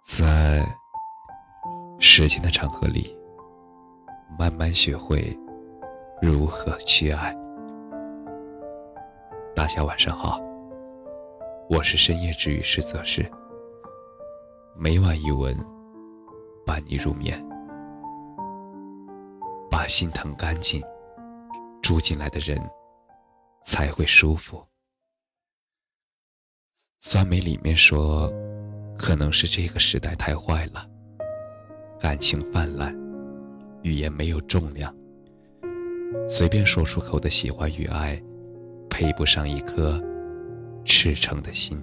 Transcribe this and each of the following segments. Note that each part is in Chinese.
在时间的长河里，慢慢学会如何去爱。大家晚上好，我是深夜治愈师则是，每晚一文伴你入眠。把心疼干净，住进来的人才会舒服。酸梅里面说，可能是这个时代太坏了，感情泛滥，语言没有重量，随便说出口的喜欢与爱，配不上一颗赤诚的心。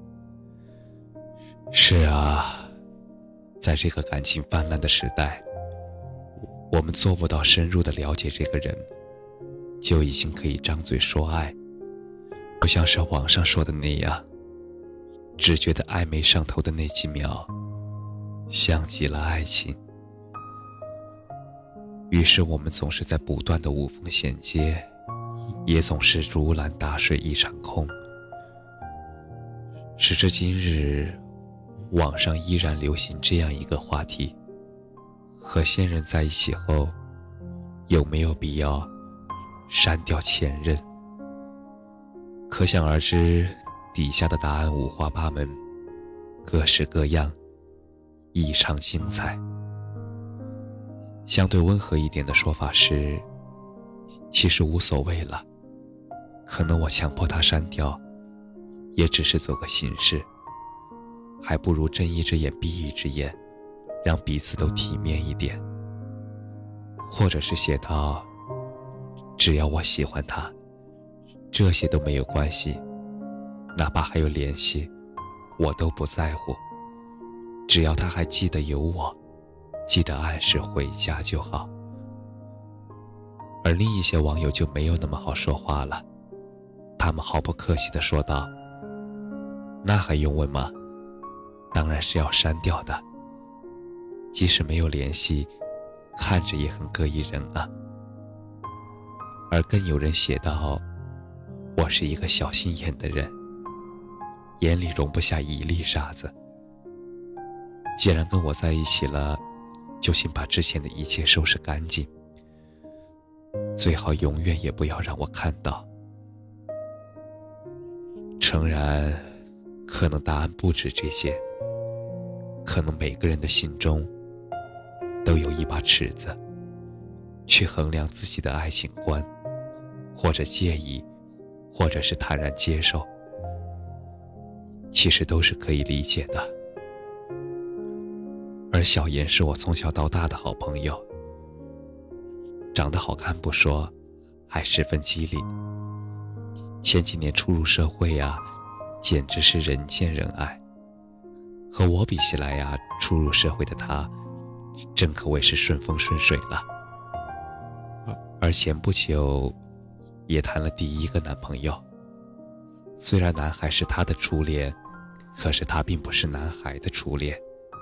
是啊，在这个感情泛滥的时代，我们做不到深入的了解这个人，就已经可以张嘴说爱，不像是网上说的那样，只觉得暧昧上头的那几秒像极了爱情。于是我们总是在不断的无缝衔接，也总是如篮打水一场空。时至今日，网上依然流行这样一个话题：和现任在一起后，有没有必要删掉前任？可想而知，底下的答案五花八门，各式各样，异常精彩。相对温和一点的说法是，其实无所谓了，可能我强迫他删掉，也只是走个形式，还不如睁一只眼闭一只眼，让彼此都体面一点。或者是写到，只要我喜欢他，这些都没有关系，哪怕还有联系，我都不在乎，只要他还记得有我，记得按时回家就好。而另一些网友就没有那么好说话了，他们毫不客气地说道：那还用问吗？当然是要删掉的，即使没有联系，看着也很膈应人啊。而更有人写道：我是一个小心眼的人，眼里容不下一粒沙子，既然跟我在一起了，就请把之前的一切收拾干净，最好永远也不要让我看到。诚然，可能答案不止这些，可能每个人的心中都有一把尺子，去衡量自己的爱情观，或者介意，或者是坦然接受，其实都是可以理解的。而小妍是我从小到大的好朋友，长得好看不说，还十分机灵。前几年初入社会啊，简直是人见人爱。和我比起来呀，初入社会的她真可谓是顺风顺水了。而前不久也谈了第一个男朋友，虽然男孩是她的初恋，可是她并不是男孩的初恋。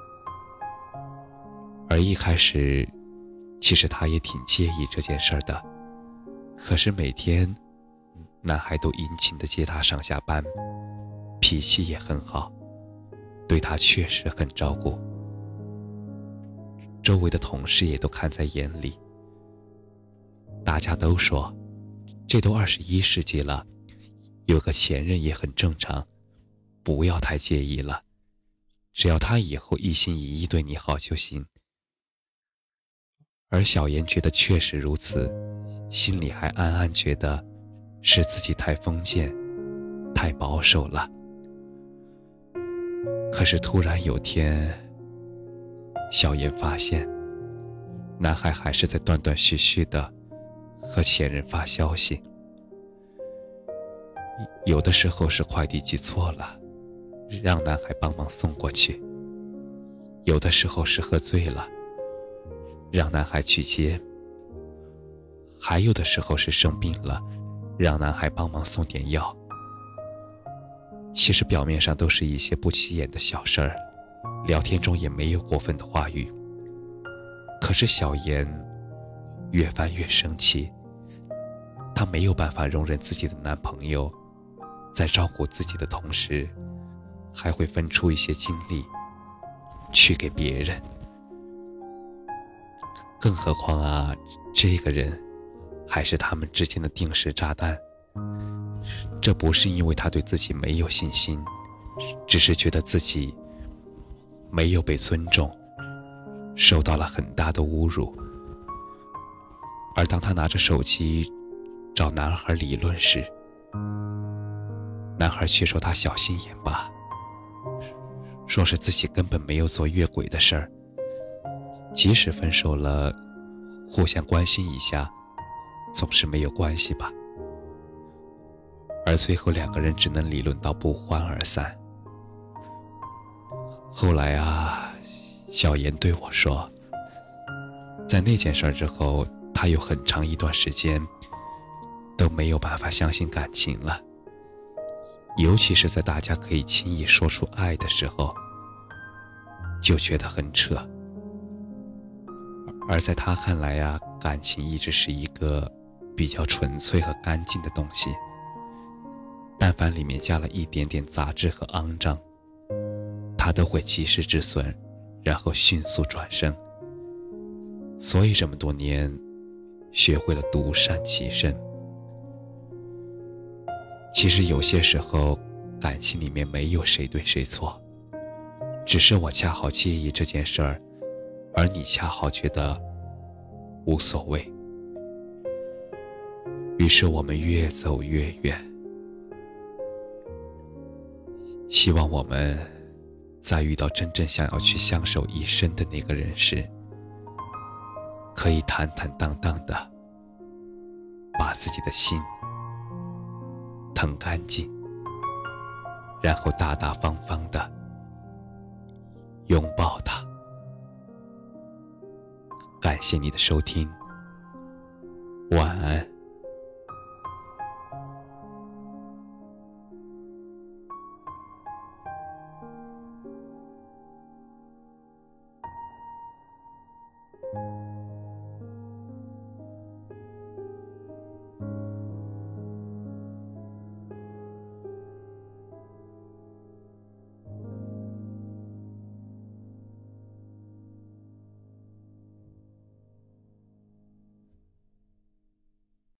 而一开始其实她也挺介意这件事的，可是每天男孩都殷勤地接她上下班，脾气也很好，对她确实很照顾，周围的同事也都看在眼里。大家都说，这都21世纪了，有个前任也很正常，不要太介意了，只要他以后一心一意对你好就行。而小妍觉得确实如此，心里还暗暗觉得是自己太封建，太保守了。可是突然有天，小妍发现，男孩还是在断断续续的和前任发消息。有的时候是快递寄错了，让男孩帮忙送过去；有的时候是喝醉了，让男孩去接；还有的时候是生病了，让男孩帮忙送点药。其实表面上都是一些不起眼的小事儿，聊天中也没有过分的话语。可是小妍越翻越生气，她没有办法容忍自己的男朋友在照顾自己的同时，还会分出一些精力去给别人。更何况啊，这个人还是他们之间的定时炸弹。这不是因为他对自己没有信心，只是觉得自己没有被尊重，受到了很大的侮辱。而当他拿着手机找男孩理论时，男孩却说他小心眼吧，说是自己根本没有做越轨的事儿，即使分手了，互相关心一下，总是没有关系吧。而最后两个人只能理论到不欢而散。后来啊，小妍对我说，在那件事之后，他有很长一段时间都没有办法相信感情了，尤其是在大家可以轻易说出爱的时候，就觉得很扯。而在他看来啊，感情一直是一个比较纯粹和干净的东西，但凡里面加了一点点杂质和肮脏，他都会及时止损，然后迅速转身。所以这么多年，学会了独善其身。其实有些时候，感情里面没有谁对谁错，只是我恰好介意这件事儿，而你恰好觉得无所谓。于是我们越走越远。希望我们在遇到真正想要去相守一生的那个人时，可以坦坦荡荡的把自己的心腾干净，然后大大方方的拥抱它。感谢你的收听，晚安。